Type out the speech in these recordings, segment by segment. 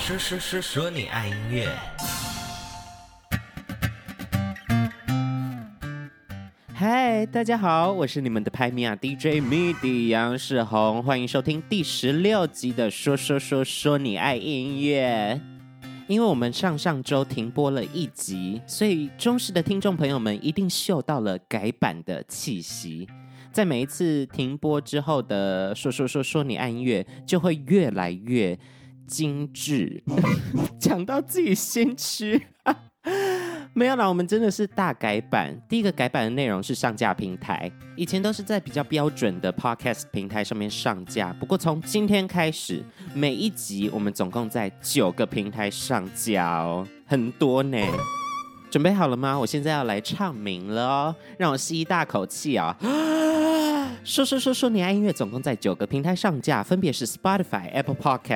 说你爱音乐。嗨，大家好，我是你们的拍米亚 DJ MIDI 杨世宏，欢迎收听第16集的说你爱音乐。因为我们上周停播了1集，所以忠实的听众朋友们一定嗅到了改版的气息。在每一次停播之后的说你爱音乐，就会越来越精致，讲到自己心虚。没有啦，我们真的是大改版。第一个改版的内容是上架平台，以前都是在比较标准的 podcast 平台上面上架，不过从今天开始，每一集我们总共在9个平台上架哦，很多呢。准备好了吗？我现在要来唱名了哦，让我吸一大口气啊！说你爱音乐总共在9个平台上架，分别是 Spotify、Apple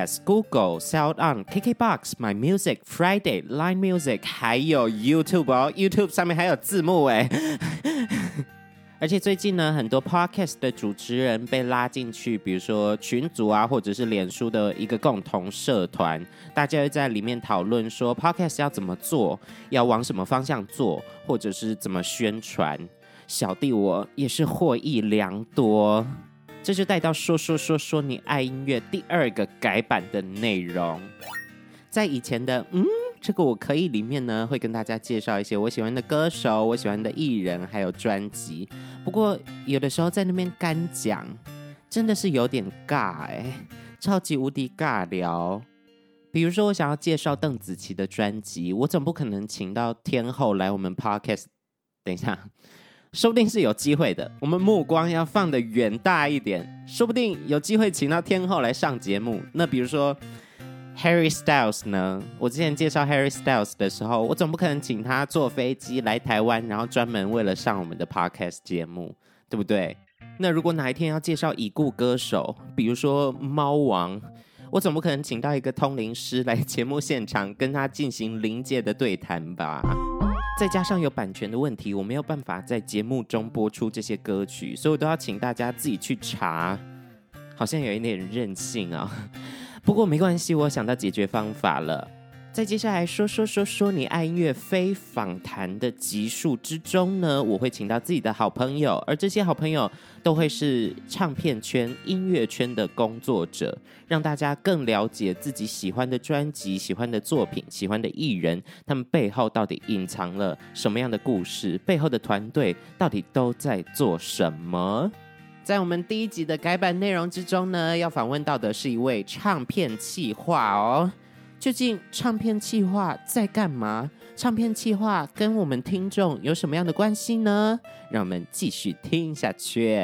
Podcasts、Google、SoundOn、KKBox、My Music、Friday、Line Music， 还有 YouTube 哦。YouTube 上面还有字幕哎。而且最近呢，很多 podcast 的主持人被拉进去，比如说群组啊，或者是脸书的一个共同社团，大家会在里面讨论说 podcast 要怎么做，要往什么方向做，或者是怎么宣传。小弟我也是获益良多，这就带到说你爱音乐第2个改版的内容。在以前的这个我可以里面呢，会跟大家介绍一些我喜欢的歌手、我喜欢的艺人，还有专辑。不过有的时候在那边干讲，真的是有点尬超级无敌尬聊。比如说我想要介绍邓紫棋的专辑，我总不可能请到天后来我们 podcast。等一下，说不定是有机会的，我们目光要放得远大一点，说不定有机会请到天后来上节目。那比如说Harry Styles 呢？我之前介绍 Harry Styles 的时候，我总不可能请他坐飞机来台湾，然后专门为了上我们的 podcast 节目，对不对？那如果哪一天要介绍已故歌手，比如说猫王，我总不可能请到一个通灵师来节目现场跟他进行灵界的对谈吧？再加上有版权的问题，我没有办法在节目中播出这些歌曲，所以我都要请大家自己去查，好像有一点任性啊。不过没关系，我想到解决方法了。在接下来说你爱音乐非访谈的集数之中呢，我会请到自己的好朋友，而这些好朋友都会是唱片圈、音乐圈的工作者，让大家更了解自己喜欢的专辑、喜欢的作品、喜欢的艺人，他们背后到底隐藏了什么样的故事，背后的团队到底都在做什么。在我们第1集的改版内容之中呢，要访问到的是一位唱片企划哦。究竟唱片企划在干嘛？唱片企划跟我们听众有什么样的关系呢？让我们继续听下去。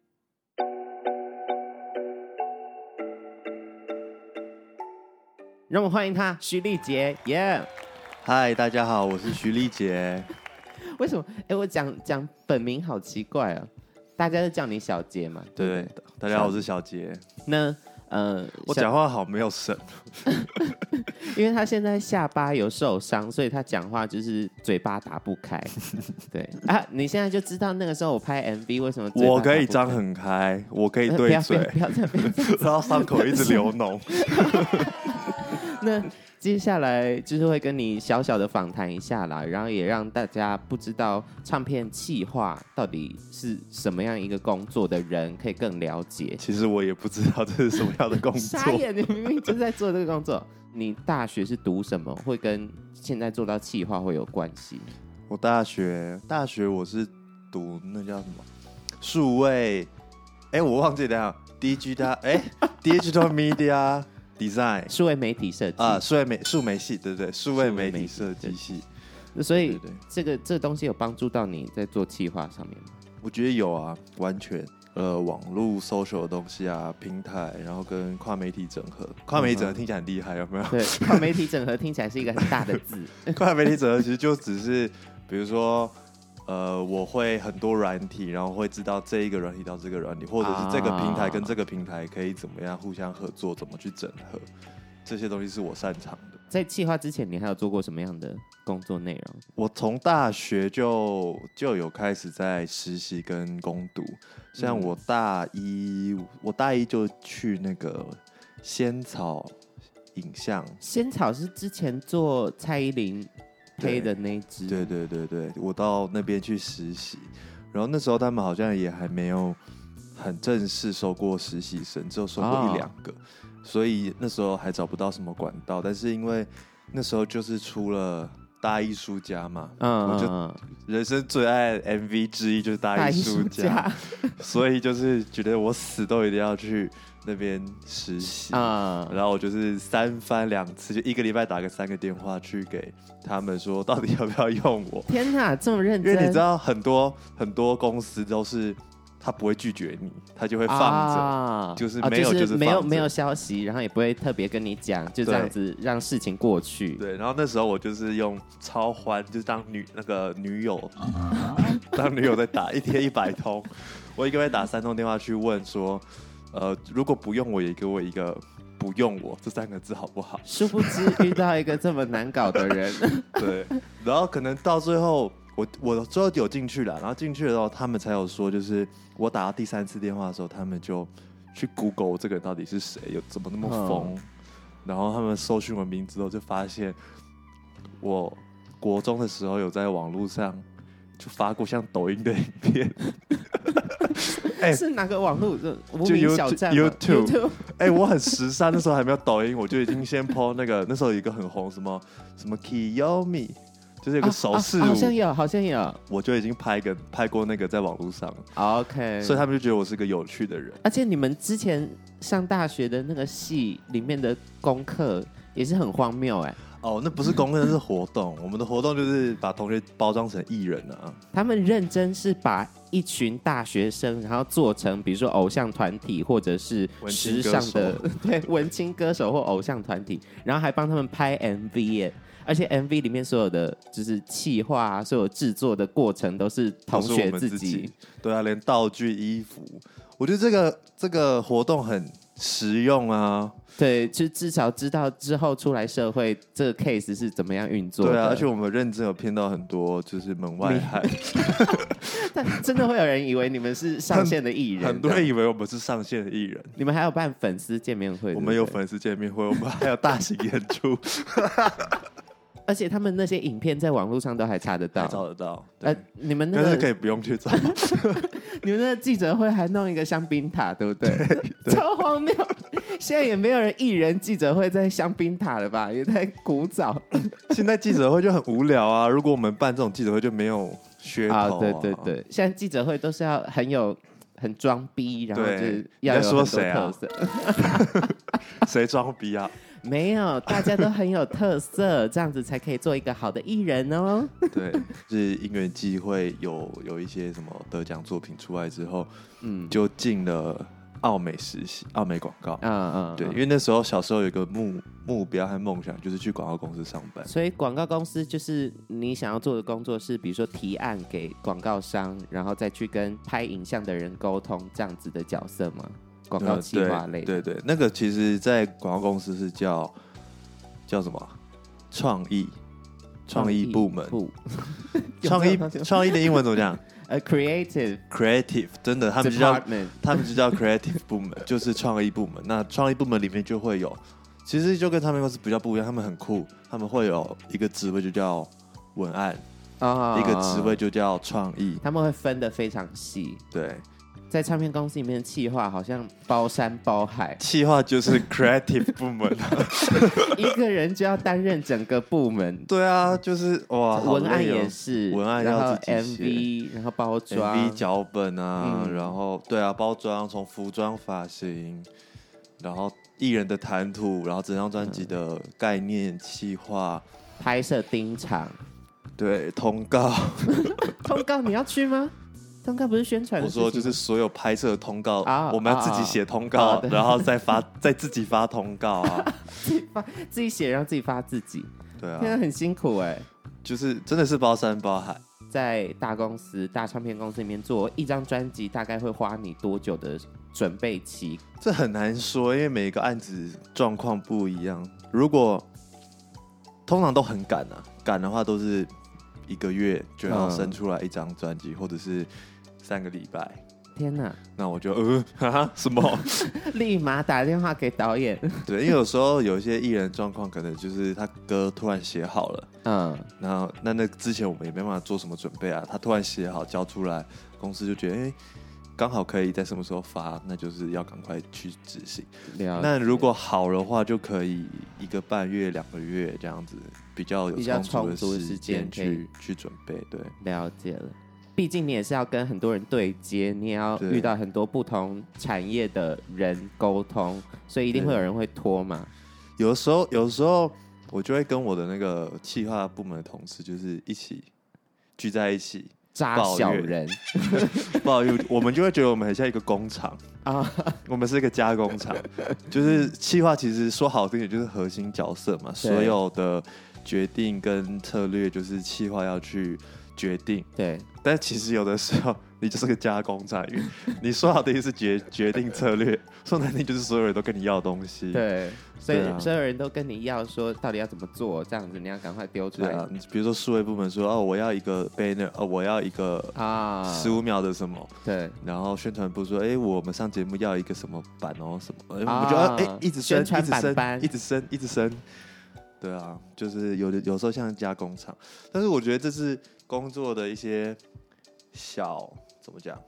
让我们欢迎他，徐丽杰，耶！ 嗨，大家好，我是徐丽杰。 为什么？我讲本名好奇怪哦。大家都叫你小杰嘛？ 对，大家好，我是小杰。 那我讲话好没有神， 因为他现在下巴有受伤，所以他讲话就是嘴巴打不开。对啊，你现在就知道那个时候我拍 MV 为什么嘴巴打不开。 我可以张很开，我可以对嘴， 不要知道伤口一直流脓。 那接下来就是会跟你小小的访谈一下啦，然后也让大家不知道唱片企划到底是什么样一个工作的人，可以更了解。 其实我也不知道这是什么样的工作。 傻眼，你明明就在做这个工作。你大学是读什么？会跟现在做到企划会有关系？ 我大学我是读那叫什么数位，我忘记了 Digital Media Design 数位媒体设计啊，数媒系，对对，数位媒体设计系。 所以这个东西有帮助到你在做企划上面吗？ 我觉得有啊，完全。网络 social 的东西啊，平台，然后跟跨媒体整合。跨媒体整合听起来很厉害，有没有？ 对，跨媒体整合听起来是一个很大的字。 跨媒体整合其实就只是，比如说，我会很多软体，然后会知道这一个软体到这个软体，或者是这个平台跟这个平台可以怎么样互相合作，怎么去整合，这些东西是我擅长的。 在企划之前，你还有做过什么样的工作内容？ 我从大学就有开始在实习跟攻读，像我大一就去那个仙草影像。 仙草是之前做蔡依林配的那一支， 对对对对，我到那边去实习，然后那时候他们好像也还没有很正式收过实习生，只有收过1-2个，所以那时候还找不到什么管道。但是因为那时候就是出了大艺术家嘛，我就人生最爱的 MV 之一就是大艺术家，所以就是觉得我死都一定要去那边实习，然后我就是3番2次，就1个礼拜打个3个电话去给他们说到底要不要用我。 天哪，这么认真！ 因为你知道很多公司都是他不会拒绝你，他就会放着，就是没有就是没有消息，然后也不会特别跟你讲，就这样子让事情过去。 对，然后那时候我就是用超欢，就是当女友，当女友在打，1天100通，我1个月打3通电话去问说，如果不用我也给我一个不用我这3个字好不好？ 殊不知遇到一个这么难搞的人。 对，然后可能到最后。我最后有进去了，然后进去的时候，他们才有说，就是我打到第3次电话的时候，他们就去 Google 这个人到底是谁，有怎么那么疯，然后他们搜寻我名字后，就发现我国中的时候有在网络上就发过像抖音的影片。 是哪个网络？无就名小站 YouTube。我很时尚，那时候还没有抖音，我就已经先 po 那个，那时候有一个很红什么 Kiyomi。就是有个手势舞， 好像有， 我就已经拍过那个在网络上 ，OK， 所以他们就觉得我是个有趣的人。 而且你们之前上大学的那个系里面的功课也是很荒谬那不是功课，那是活动。我们的活动就是把同学包装成艺人啊。 他们认真是把一群大学生，然后做成比如说偶像团体或者是时尚的文青歌手或偶像团体，然后还帮他们拍 MV 耶。而且 MV 里面所有的就是企划所有制作的过程都是同学自己。 对啊，连道具、衣服，我觉得这个活动很实用啊。 对，就至少知道之后出来社会这个 case 是怎么样运作的。 对啊，而且我们认真有骗到很多就是门外汉。 但真的会有人以为你们是上线的艺人， 很多人以为我们是上线的艺人。 你们还有办粉丝见面会？ 我们有粉丝见面会，我们还有大型演出。 而且他们那些影片在网络上都还查得到， 还找得到。 你们那个但是可以不用去找。 你们那个记者会还弄一个香槟塔，对不对？超荒谬！现在也没有人艺人记者会在香槟塔了吧？也太古早。 现在记者会就很无聊啊！如果我们办这种记者会就没有噱头对对对，现在记者会都是要很装逼，然后就是要有很多特色。 谁装逼啊？ 没有，大家都很有特色，这样子才可以做一个好的艺人哦。 对，就是因缘际会有一些什么得奖作品出来之后，就进了奥美实习，奥美广告。对，因为那时候小时候有一个目标和梦想，就是去广告公司上班。 所以广告公司就是你想要做的工作是，比如说提案给广告商，然后再去跟拍影像的人沟通，这样子的角色吗？广告企划类的， 对，那个其实，在广告公司是叫什么？创意部门。创意的英文怎么讲？creative， 真的，他们就叫 creative 部门，就是创意部门。那创意部门里面就会有，其实就跟他们公司比较不一样，他们很酷，他们会有一个职位就叫文案，一个职位就叫创意， 他们会分得非常细。 对。 在唱片公司里面的企划好像包山包海， 企划就是 creative 部门， 一个人就要担任整个部门。 对啊，就是哇， 文案也是， 文案要自己写 MV， 然后包装 MV 脚本啊，然后对啊，包装从服装、发型，然后艺人的谈吐，然后整张专辑的概念、企划、 拍摄、盯场， 对，通告， 通告你要去吗？通告不是宣传的事情吗？ 我说就是所有拍摄通告，我们要自己写通告，然后再自己发通告啊， 自己写，然后自己发自己。 对啊， 现在很辛苦就是真的是包山包海。 在大公司、大唱片公司里面做一张专辑，大概会花你多久的准备期？ 这很难说，因为每一个案子状况不一样。如果通常都很赶啊，赶的话都是1个月就要生出来一张专辑，或者是3个礼拜。 天哪！ 那我就什么？ 立马打电话给导演。 对，因为有时候有一些艺人状况，可能就是他歌突然写好了，然后那之前我们也没办法做什么准备啊，他突然写好交出来，公司就觉得刚好可以在什么时候发，那就是要赶快去执行。那如果好的话，就可以1个半月、2个月这样子，比较有充足的时间去准备。对， 了解了。毕竟你也是要跟很多人对接，你也要遇到很多不同产业的人沟通，所以一定会有人会拖嘛。 有时候我就会跟我的那个企划部门的同事，就是一起聚在一起。 扎小人， 抱怨，我们就会觉得我们很像一个工厂啊，我们是一个加工厂，就是企划其实说好听点就是核心角色嘛，所有的决定跟策略就是企划要去决定， 对， 但其实有的时候你就是个加工厂，因为你说好的是决定策略，说难听就是所有人都跟你要东西， 对。所以所有人都跟你要说到底要怎么做，这样子你要赶快丢出来。 你比如说数位部门说我要一个 banner，我要一个15秒的什么， 对。 然后宣传部说我们上节目要一个什么版什么，我们就要一直升， 宣传版一直升。对啊，就是有时候像加工厂，但是我觉得这是工作的一些怎么讲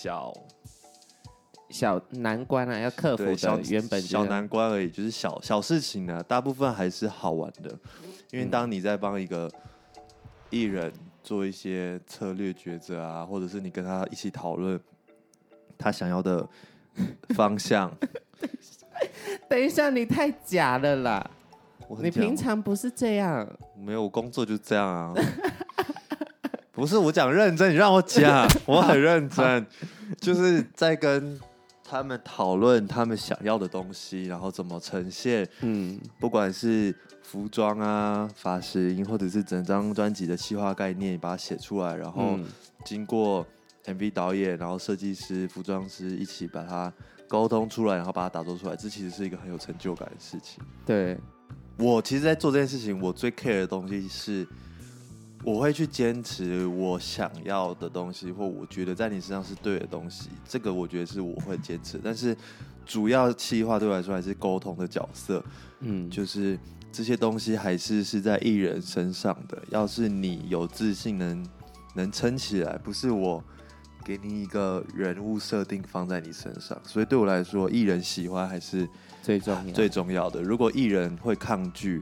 小难关啊，要克服的原本小难关而已，就是小事情呢，大部分还是好玩的。因为当你在帮一个艺人做一些策略抉择啊，或者是你跟他一起讨论他想要的方向。 等一下，你太假了啦！你平常不是这样？ 没有，我工作就这样啊。不是我讲认真，你让我讲，我很认真，就是在跟他们讨论他们想要的东西，然后怎么呈现。不管是服装啊、发型，或者是整张专辑的企划概念，把它写出来，然后经过 MV 导演、然后设计师、服装师一起把它沟通出来，然后把它打造出来，这其实是一个很有成就感的事情。 对， 我其实，在做这件事情，我最 care 的东西是，我会去坚持我想要的东西，或我觉得在你身上是对的东西。这个我觉得是我会坚持，但是主要企划对我来说还是沟通的角色。就是这些东西还是在艺人身上的。要是你有自信能撑起来，不是我给你一个人物设定放在你身上。所以对我来说，艺人喜欢还是最重要的。如果艺人会抗拒，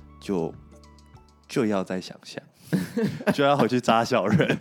就要再想想。就要回去扎小人。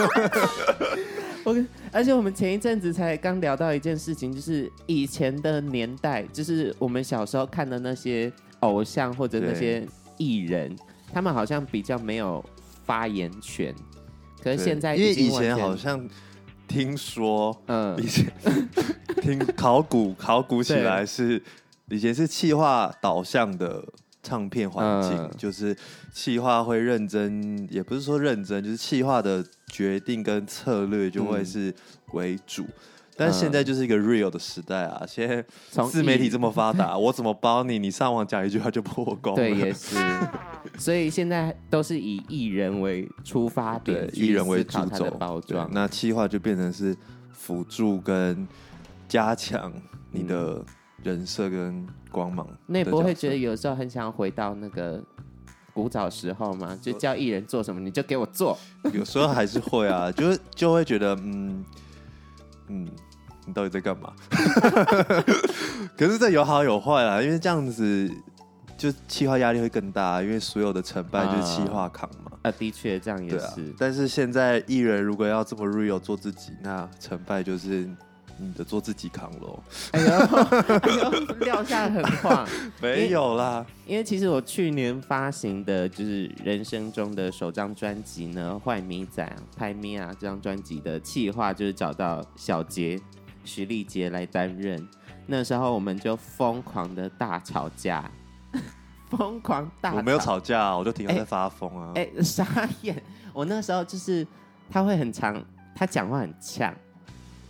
而且我们前一阵子才刚聊到一件事情，就是以前的年代，就是我们小时候看的那些偶像或者那些艺人，他们好像比较没有发言权。可是现在因为以前好像听说，以前听考古起来是以前是企划导向的唱片环境，就是企划会认真，也不是说认真，就是企划的决定跟策略就会是为主。但是现在就是一个 real 的时代啊！现在自媒体这么发达，我怎么帮你？你上网讲一句话就破功了。 对，也是。所以现在都是以艺人为出发点， 艺人为主轴包装。 那企划就变成是辅助跟加强你的人设跟光芒。 那你不会觉得有时候很想回到那个古早时候吗？就叫艺人做什么你就给我做。 有时候还是会啊，就会觉得你到底在干嘛？可是这有好有坏啦，因为这样子就企划压力会更大，因为所有的成败就是企划扛嘛。 的确这样也是。 但是现在艺人如果要这么 real 做自己，那成败就是你的做自己扛咯。 哎呦，撂下狠话。 没有啦， 因为其实我去年发行的就是人生中的首张专辑呢，《坏咪仔》拍咪啊这张专辑的企划就是找到小杰徐丽杰来担任。那时候我们就疯狂的大吵架，疯狂大吵。 我没有吵架啊，我就听他在发疯啊。 傻眼！我那时候就是他会很常，他讲话很呛，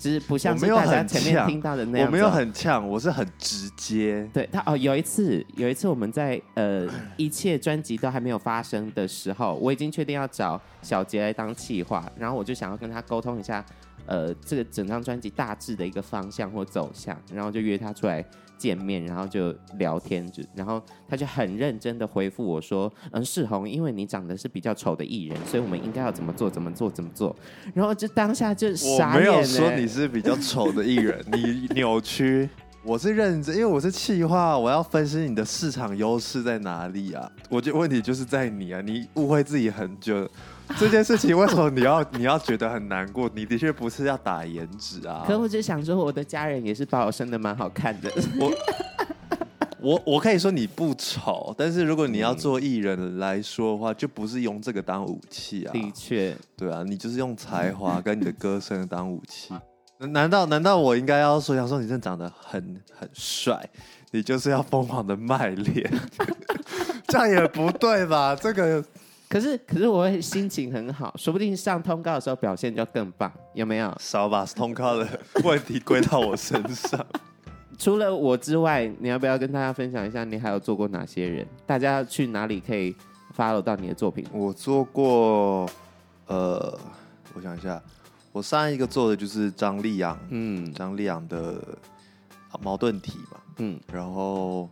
只是不像是大家前面听到的那样子。 我没有很呛，我是很直接。 对他有一次我们在一切专辑都还没有发生的时候，我已经确定要找小杰来当企划，然后我就想要跟他沟通一下，这个整张专辑大致的一个方向或走向，然后就约他出来见面，然后就聊天，然后他就很认真的回复我说：“世宏，因为你长得是比较丑的艺人，所以我们应该要怎么做，怎么做，怎么做。”然后就当下就傻眼。 我没有说你是比较丑的艺人，你扭曲。我是认真，因为我是企划，我要分析你的市场优势在哪里啊？我觉得问题就是在你啊，你误会自己很久。这件事情为什么你要觉得很难过？你的确不是要打颜值啊。 可我就想说，我的家人也是把我生得蛮好看的。 我可以说你不丑，但是如果你要做艺人来说的话，就不是用这个当武器啊。 的确， 对啊，你就是用才华跟你的歌声当武器。难道我应该要说，想说你真的长得很帅，你就是要疯狂的卖脸，这样也不对吧？这个可是我会心情很好，说不定上通告的时候表现就更棒，有没有？ 少把通告的问题归到我身上。 除了我之外，你要不要跟大家分享一下，你还有做过哪些人？大家去哪里可以 follow 到你的作品？ 我做过，我想一下。我上一个做的就是张立昂，张立昂的矛盾体嘛，然后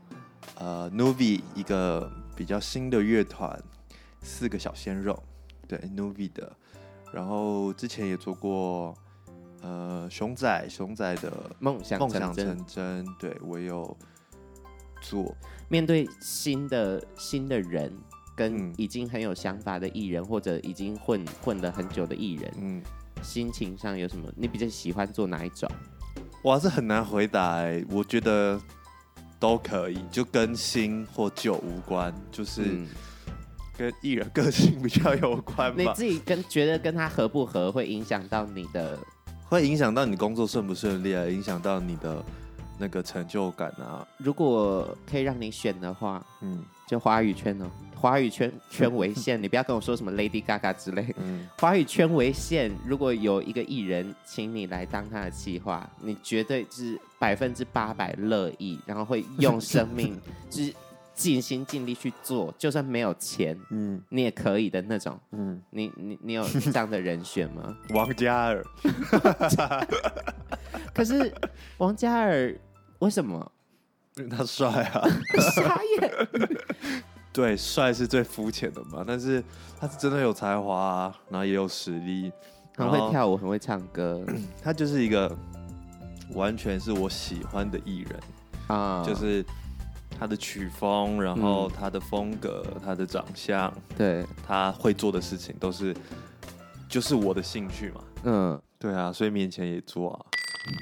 Nuvi 一个比较新的乐团，4个小鲜肉，对 Nuvi 的，然后之前也做过熊仔的梦想成真，对我有做。 面对新的人，跟已经很有想法的艺人，或者已经混了很久的艺人，心情上有什么？你比较喜欢做哪一种？ 哇，这很难回答我觉得都可以，就跟新或旧无关，就是跟艺人个性比较有关吧。 你自己觉得跟他合不合，会影响到你的， 会影响到你工作顺不顺利啊，影响到你的那个成就感啊。 如果可以让你选的话，就华语圈哦。华语圈为限，你不要跟我说什么 Lady Gaga 之类。华语圈为限，如果有一个艺人请你来当他的企划，你绝对是800%乐意，然后会用生命就是尽心尽力去做，就算没有钱，你也可以的那种。你有这样的人选吗？ 王嘉尔。 可是王嘉尔为什么？ 因为他帅啊。 傻眼。 对，帅是最肤浅的嘛，但是他是真的有才华啊，然后也有实力， 很会跳舞，很会唱歌， 他就是一个完全是我喜欢的艺人啊，就是他的曲风，然后他的风格，他的长相， 对， 他会做的事情都是就是我的兴趣嘛，对啊，所以面前也做啊。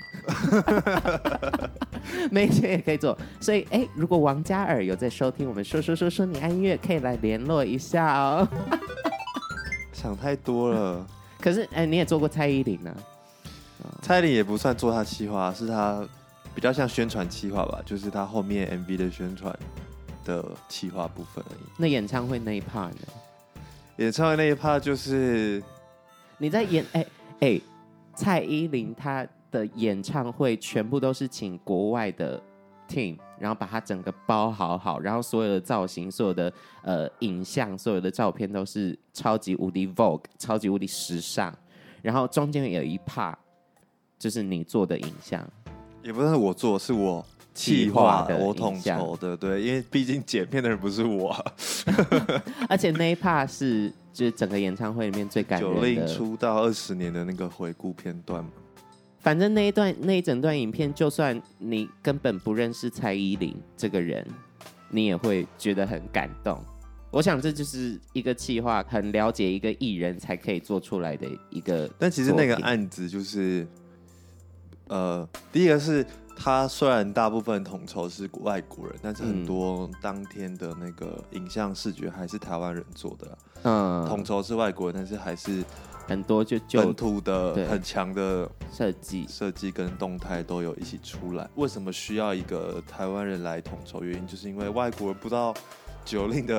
没钱也可以做，所以如果王嘉尔有在收听我们说你爱音乐，可以来联络一下哦。 想太多了。 可是你也做过蔡依林啊？ 蔡依林也不算做她企划，是她比较像宣传企划吧，就是她后面 MV 的宣传的企划部分而已。 那演唱会那一 part 呢？ 演唱会那一 part 就是你在演蔡依林她的演唱会全部都是请国外的 team， 然后把它整个包好，然后所有的造型、所有的影像、所有的照片都是超级无敌 Vogue、超级无敌时尚，然后中间有一 part 就是你做的影像， 也不是我做，是我企划的，我统筹的，对，因为毕竟剪片的人不是我， 而且那一 part 是就是整个演唱会里面最感人的 90出道20年的那个回顾片段嘛。 反正那一整段影片，就算你根本不认识蔡依林这个人，你也会觉得很感动。我想这就是一个企划，很了解一个艺人才可以做出来的一个。 但其实那个案子就是，第一个是他虽然大部分统筹是外国人，但是很多当天的那个影像视觉还是台湾人做的。统筹是外国人，但是还是。 很多就本土的很强的设计跟动态都有一起出来。为什么需要一个台湾人来统筹？原因就是因为外国人不知道90的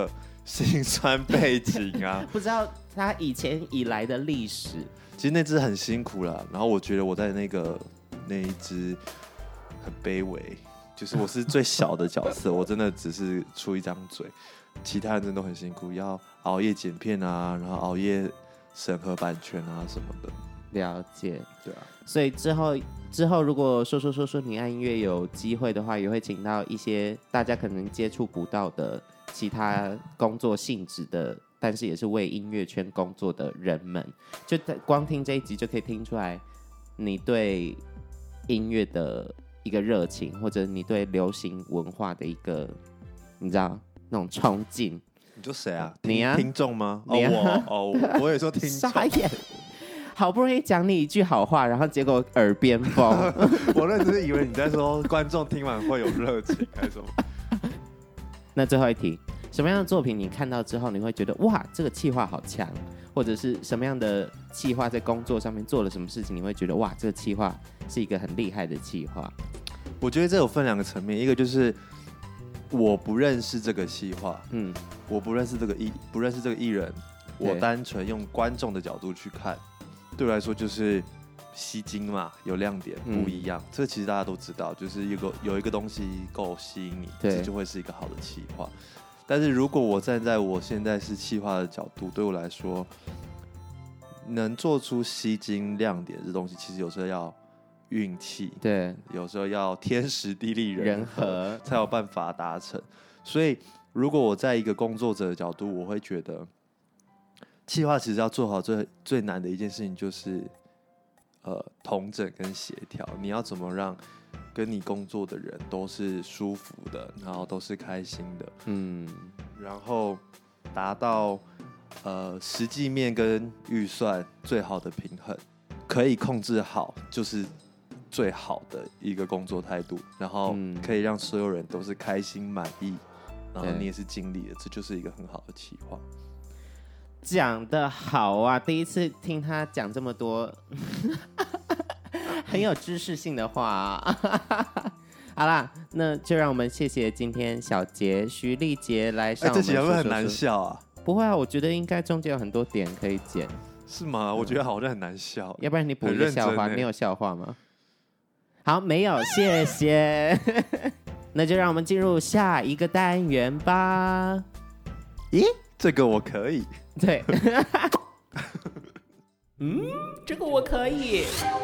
辛酸背景啊， 不知道他以前以来的历史。 其实那只很辛苦啦，然后我觉得我在那一只很卑微，就是我是最小的角色，我真的只是出一张嘴，其他人真的都很辛苦，要熬夜剪片啊，然后熬夜审核版权啊什么的。 了解， 对啊， 所以之后如果说你爱音乐有机会的话，也会请到一些大家可能接触不到的其他工作性质的，但是也是为音乐圈工作的人们，就光听这一集就可以听出来你对音乐的一个热情，或者你对流行文化的一个你知道那种冲劲。 你说谁啊？ 你啊， 听众吗？ 你啊， 我也说听众。 傻眼。好不容易讲你一句好话，然后结果耳边风。 我认真以为你在说观众听完会有热情还是什么？ 那最后一题，什么样的作品你看到之后，你会觉得哇，这个企划好强，或者是什么样的企划在工作上面做了什么事情，你会觉得哇，这个企划是一个很厉害的企划？ 我觉得这有分两个层面，一个就是我不认识这个企划，我不认识这个艺人，我单纯用观众的角度去看，对我来说就是吸睛嘛，有亮点，不一样。这其实大家都知道，就是有一个东西够吸引你，这就会是一个好的企划。但是如果我站在我现在是企划的角度，对我来说，能做出吸睛亮点这东西，其实有时候要运气， 对， 有时候要天时地利人和才有办法达成。所以，如果我在一个工作者的角度，我会觉得，企划其实要做好最难的一件事情就是统整跟协调。你要怎么让跟你工作的人都是舒服的，然后都是开心的，然后达到实际面跟预算最好的平衡，可以控制好，就是最好的一个工作态度，然后可以让所有人都是开心满意，然后你也是尽力的，这就是一个很好的企划。 讲得好啊！第一次听他讲这么多很有知识性的话啊。好啦，那就让我们谢谢今天小杰徐丽杰来上我们这集会不会很难笑啊？ 不会啊，我觉得应该中间有很多点可以剪。 是吗？我觉得好像很难笑。 要不然你补一个笑话，你有笑话吗？好，没有，谢谢。那就让我们进入下一个单元吧。 咦，这个我可以。 对。这个我可以。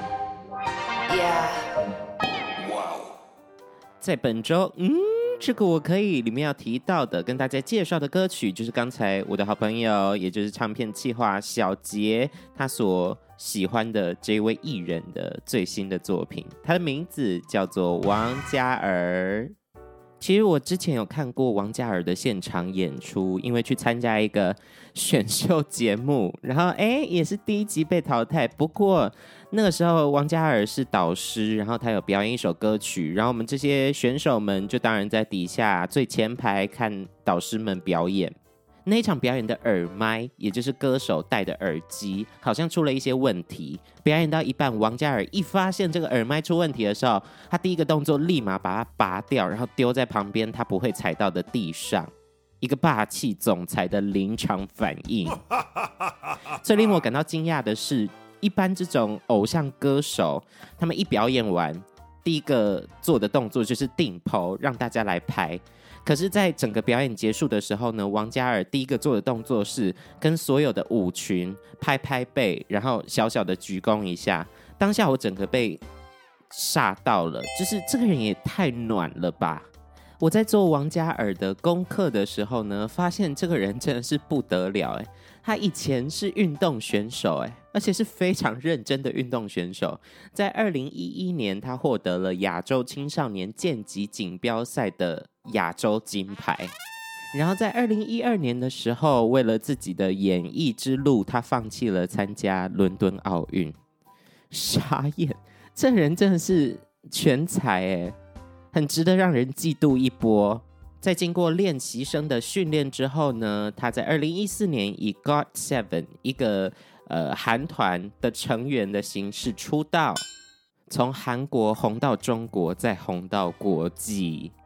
在本周，这个我可以里面要提到的，跟大家介绍的歌曲，就是刚才我的好朋友，也就是唱片企划小杰他所喜欢的这位艺人的最新的作品，他的名字叫做王嘉尔。其实我之前有看过王嘉尔的现场演出，因为去参加一个选秀节目，然后也是第一集被淘汰。不过那个时候王嘉尔是导师，然后他有表演一首歌曲，然后我们这些选手们就当然在底下最前排看导师们表演。那一场表演的耳麦，也就是歌手戴的耳机，好像出了一些问题。表演到一半，王嘉尔一发现这个耳麦出问题的时候，他第一个动作立马把它拔掉，然后丢在旁边他不会踩到的地上。一个霸气总裁的临场反应。最令我感到惊讶的是，一般这种偶像歌手，他们一表演完，第一个做的动作就是定 pose， 让大家来拍。可是在整个表演结束的时候呢，王嘉尔第一个做的动作是跟所有的舞群拍拍背，然后小小的鞠躬一下。当下我整个被煞到了，就是这个人也太暖了吧。我在做王嘉尔的功课的时候呢，发现这个人真的是不得了。他以前是运动选手，而且是非常认真的运动选手。在2011年，他获得了亚洲青少年剑击锦标赛的亚洲金牌。然后在2012年的时候，为了自己的演艺之路，他放弃了参加伦敦奥运。傻眼，这人真的是全才很值得让人嫉妒一波。在经过练习生的训练之后呢，他在2014年以 GOT7 一个韩团的成员的形式出道，从韩国红到中国，再红到国际。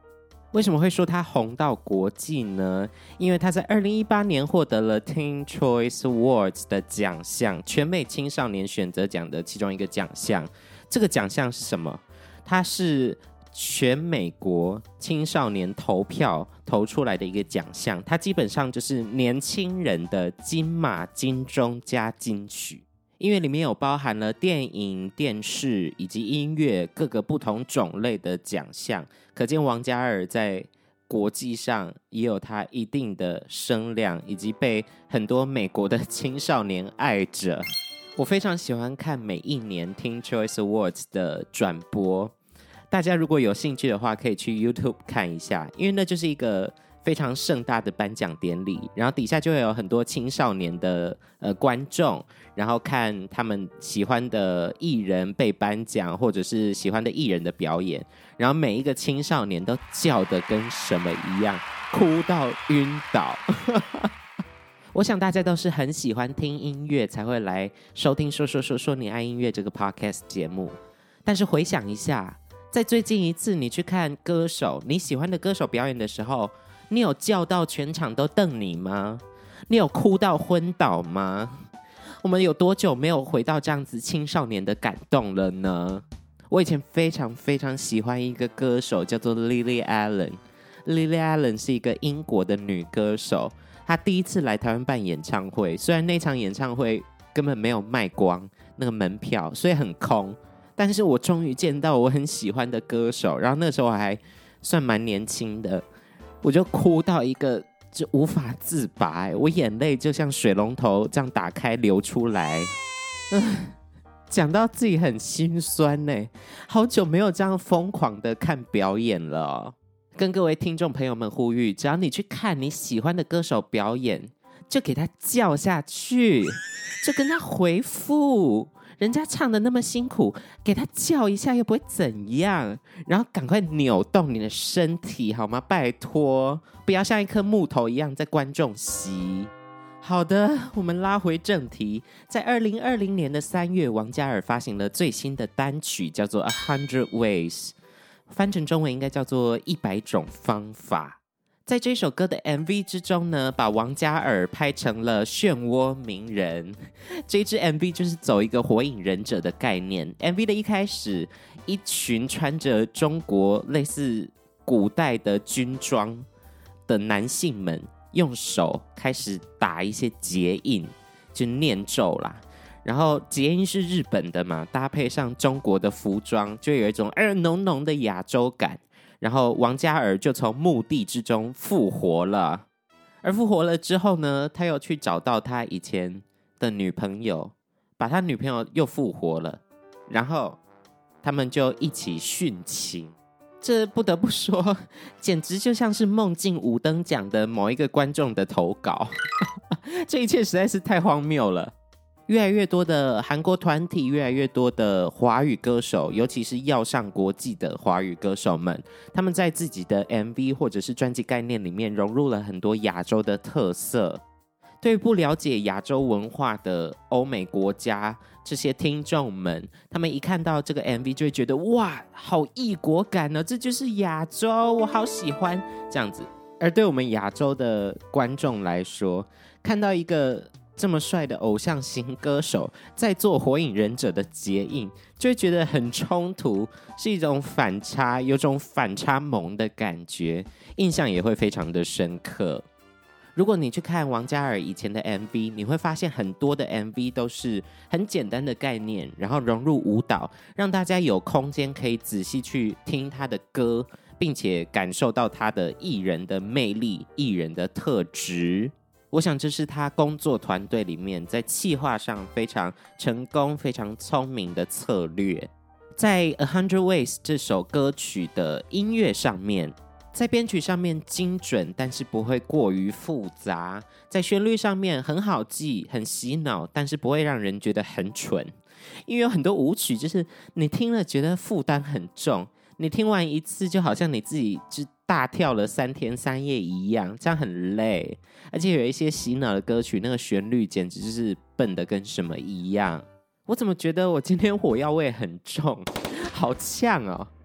为什么会说他红到国际呢？因为他在2018年获得了 Teen Choice Awards 的奖项，全美青少年选择奖的其中一个奖项。这个奖项是什么？它是全美国青少年投票投出来的一个奖项，它基本上就是年轻人的金马、金钟加金曲。因为里面有包含了电影、电视以及音乐各个不同种类的奖项，可见王嘉尔在国际上也有他一定的声量，以及被很多美国的青少年爱着。我非常喜欢看每一年 Teen Choice Awards 的转播，大家如果有兴趣的话，可以去 YouTube 看一下，因为那就是一个非常盛大的颁奖典礼，然后底下就会有很多青少年的观众，然后看他们喜欢的艺人被颁奖，或者是喜欢的艺人的表演，然后每一个青少年都叫得跟什么一样，哭到晕倒。我想大家都是很喜欢听音乐才会来收听说你爱音乐这个 podcast 节目，但是回想一下，在最近一次你去看歌手，你喜欢的歌手表演的时候，你有叫到全场都瞪你吗？你有哭到昏倒吗？我们有多久没有回到这样子青少年的感动了呢？我以前非常非常喜欢一个歌手，叫做 Lily Allen。Lily Allen 是一个英国的女歌手，她第一次来台湾办演唱会，虽然那场演唱会根本没有卖光那个门票，所以很空，但是我终于见到我很喜欢的歌手，然后那时候我还算蛮年轻的，我就哭到一个就无法自拔，我眼泪就像水龙头这样打开流出来。讲到自己很心酸呢，好久没有这样疯狂的看表演了哦。跟各位听众朋友们呼吁，只要你去看你喜欢的歌手表演，就给他叫下去，就跟他回复，人家唱的那么辛苦，给他叫一下又不会怎样，然后赶快扭动你的身体好吗？拜托，不要像一颗木头一样在观众席。好的，我们拉回正题，在2020年的3月，王嘉尔发行了最新的单曲，叫做《100 Ways》，翻成中文应该叫做100种方法。在这首歌的 MV 之中呢，把王嘉尔拍成了漩涡鸣人。这支 MV 就是走一个火影忍者的概念。MV 的一开始，一群穿着中国类似古代的军装的男性们，用手开始打一些结印，就念咒啦。然后结印是日本的嘛，搭配上中国的服装，就有一种浓浓的亚洲感。然后王嘉尔就从墓地之中复活了，而复活了之后呢，他又去找到他以前的女朋友，把他女朋友又复活了，然后他们就一起殉情。这不得不说，简直就像是梦境五等奖的某一个观众的投稿。这一切实在是太荒谬了。越来越多的韩国团体，越来越多的华语歌手，尤其是要上国际的华语歌手们，他们在自己的 MV 或者是专辑概念里面融入了很多亚洲的特色。对于不了解亚洲文化的欧美国家这些听众们，他们一看到这个 MV 就会觉得哇，好异国感哦，这就是亚洲，我好喜欢这样子。而对我们亚洲的观众来说，看到一个这么帅的偶像型歌手在做火影忍者的结印，就会觉得很冲突，是一种反差，有种反差萌的感觉，印象也会非常的深刻。如果你去看王嘉尔以前的 MV， 你会发现很多的 MV 都是很简单的概念，然后融入舞蹈，让大家有空间可以仔细去听他的歌，并且感受到他的艺人的魅力、艺人的特质。我想这是他工作团队里面在企划上非常成功、非常聪明的策略。在《100 Ways》这首歌曲的音乐上面，在编曲上面精准，但是不会过于复杂；在旋律上面很好记、很洗脑，但是不会让人觉得很蠢。因为有很多舞曲，就是你听了觉得负担很重，你听完一次就好像你自己就大跳了3天3夜一样，这样很累。而且有一些洗脑的歌曲，那个旋律简直就是笨的跟什么一样。我怎么觉得我今天火药味很重，好呛哦。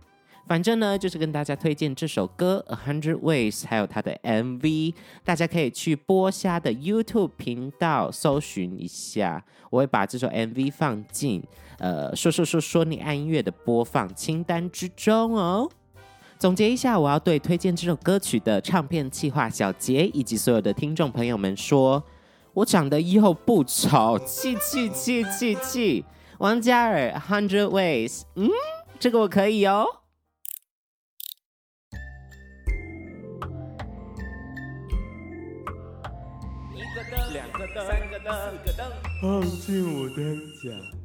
反正呢，就是跟大家推荐这首歌《100 Ways》，还有它的 MV， 大家可以去播虾的 YouTube 频道搜寻一下，我会把这首 MV 放进说你爱音乐的播放清单之中哦。总结一下，我要对推荐这首歌曲的唱片企划小杰以及所有的听众朋友们说，我长得又不丑，气！王嘉尔100 Ways， 这个我可以哦。1个灯，2个灯，3个灯，4个灯，放进我灯甲。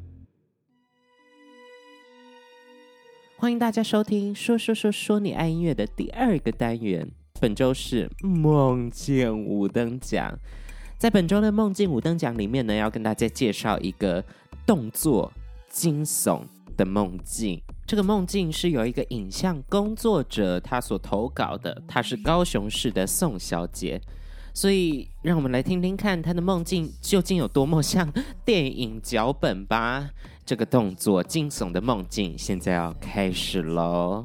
欢迎大家收听说你爱音乐的第2个单元，本周是梦见五灯奖。在本周的梦境五灯奖里面呢，要跟大家介绍一个动作惊悚的梦境。这个梦境是有一个影像工作者他所投稿的，他是高雄市的宋小姐，所以让我们来听听看她的梦境究竟有多么像电影脚本吧。这个动作惊悚的梦境现在要开始咯。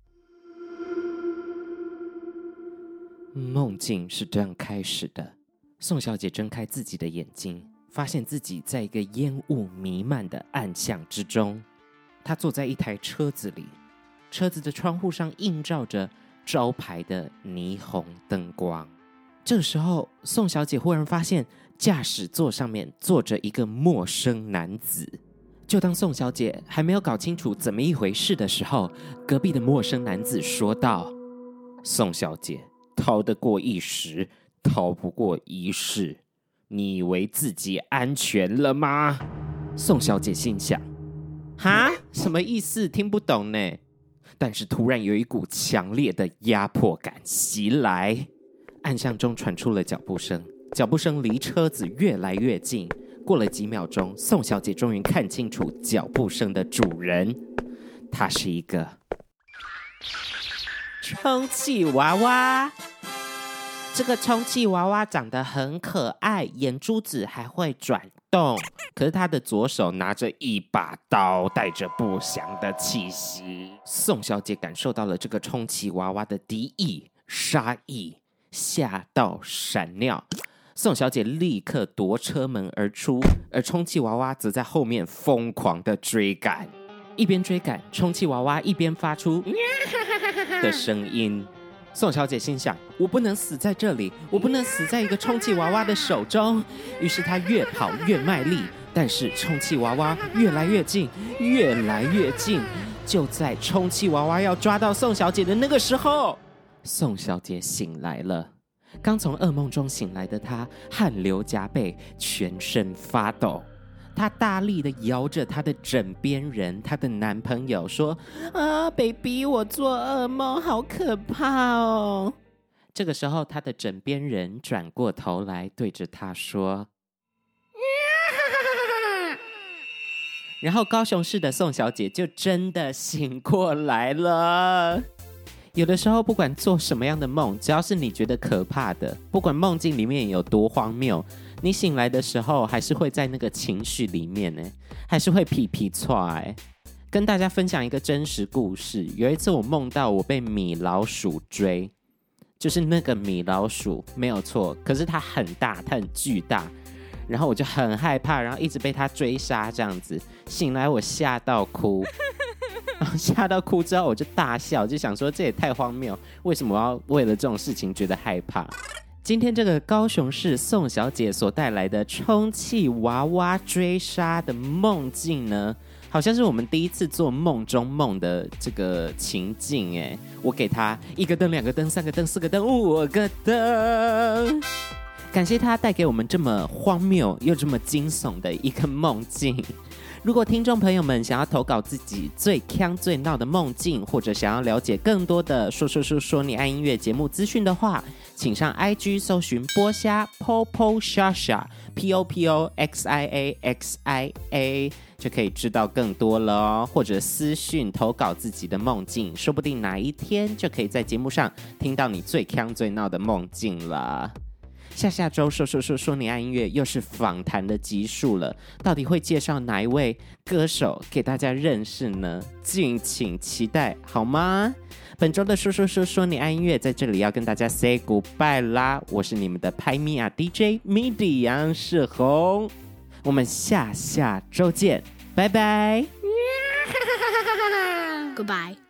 梦境是这样开始的，宋小姐睁开自己的眼睛，发现自己在一个烟雾弥漫的暗巷之中。她坐在一台车子里，车子的窗户上映照着招牌的霓虹灯光。这个时候，宋小姐忽然发现驾驶座上面坐着一个陌生男子。就当宋小姐还没有搞清楚怎么一回事的时候，隔壁的陌生男子说道：宋小姐，逃得过一时，逃不过一世，你以为自己安全了吗？宋小姐心想，哈？什么意思？听不懂呢。但是突然有一股强烈的压迫感袭来，暗巷中传出了脚步声，脚步声离车子越来越近。过了几秒钟，宋小姐终于看清楚脚步声的主人，他是一个充气娃娃。这个充气娃娃长得很可爱，眼珠子还会转动，可是他的左手拿着一把刀，带着不祥的气息。宋小姐感受到了这个充气娃娃的敌意、杀意，吓到闪尿。宋小姐立刻夺车门而出，而充气娃娃则在后面疯狂的追赶。一边追赶，充气娃娃一边发出的声音。宋小姐心想，我不能死在这里，我不能死在一个充气娃娃的手中。于是她越跑越卖力，但是充气娃娃越来越近，越来越近。就在充气娃娃要抓到宋小姐的那个时候，宋小姐醒来了。刚从噩梦中醒来的她汗流浃背，全身发抖。她大力的摇着她的枕边人，她的男朋友说：baby， 我做噩梦，好可怕哦。这个时候，她的枕边人转过头来对着她说，然后高雄市的宋小姐就真的醒过来了。有的时候不管做什么样的梦，只要是你觉得可怕的，不管梦境里面有多荒谬，你醒来的时候还是会在那个情绪里面，还是会皮皮剉。跟大家分享一个真实故事，有一次我梦到我被米老鼠追，就是那个米老鼠没有错，可是它很大，它很巨大，然后我就很害怕，然后一直被它追杀这样子。醒来我吓到哭，吓到哭之后我就大笑，就想说这也太荒谬，为什么我要为了这种事情觉得害怕？今天这个高雄市宋小姐所带来的充气娃娃追杀的梦境呢，好像是我们第一次做梦中梦的这个情境。我给她1个灯、2个灯、3个灯、4个灯、5个灯。感谢她带给我们这么荒谬又这么惊悚的一个梦境。如果听众朋友们想要投稿自己最鏘最闹的梦境，或者想要了解更多的说你爱音乐节目资讯的话，请上 IG 搜寻播虾 Popo Xia POPOXIAXIA 就可以知道更多了哦。或者私讯投稿自己的梦境，说不定哪一天就可以在节目上听到你最鏘最闹的梦境了。 下周说你爱音乐又是访谈的集数了，到底会介绍哪一位歌手给大家认识呢？敬请期待好吗？本周的说你爱音乐在这里要跟大家 say goodbye 啦，我是你们的拍米亚 DJ MIDI 杨世宏，我们下周见，拜拜。 Goodbye.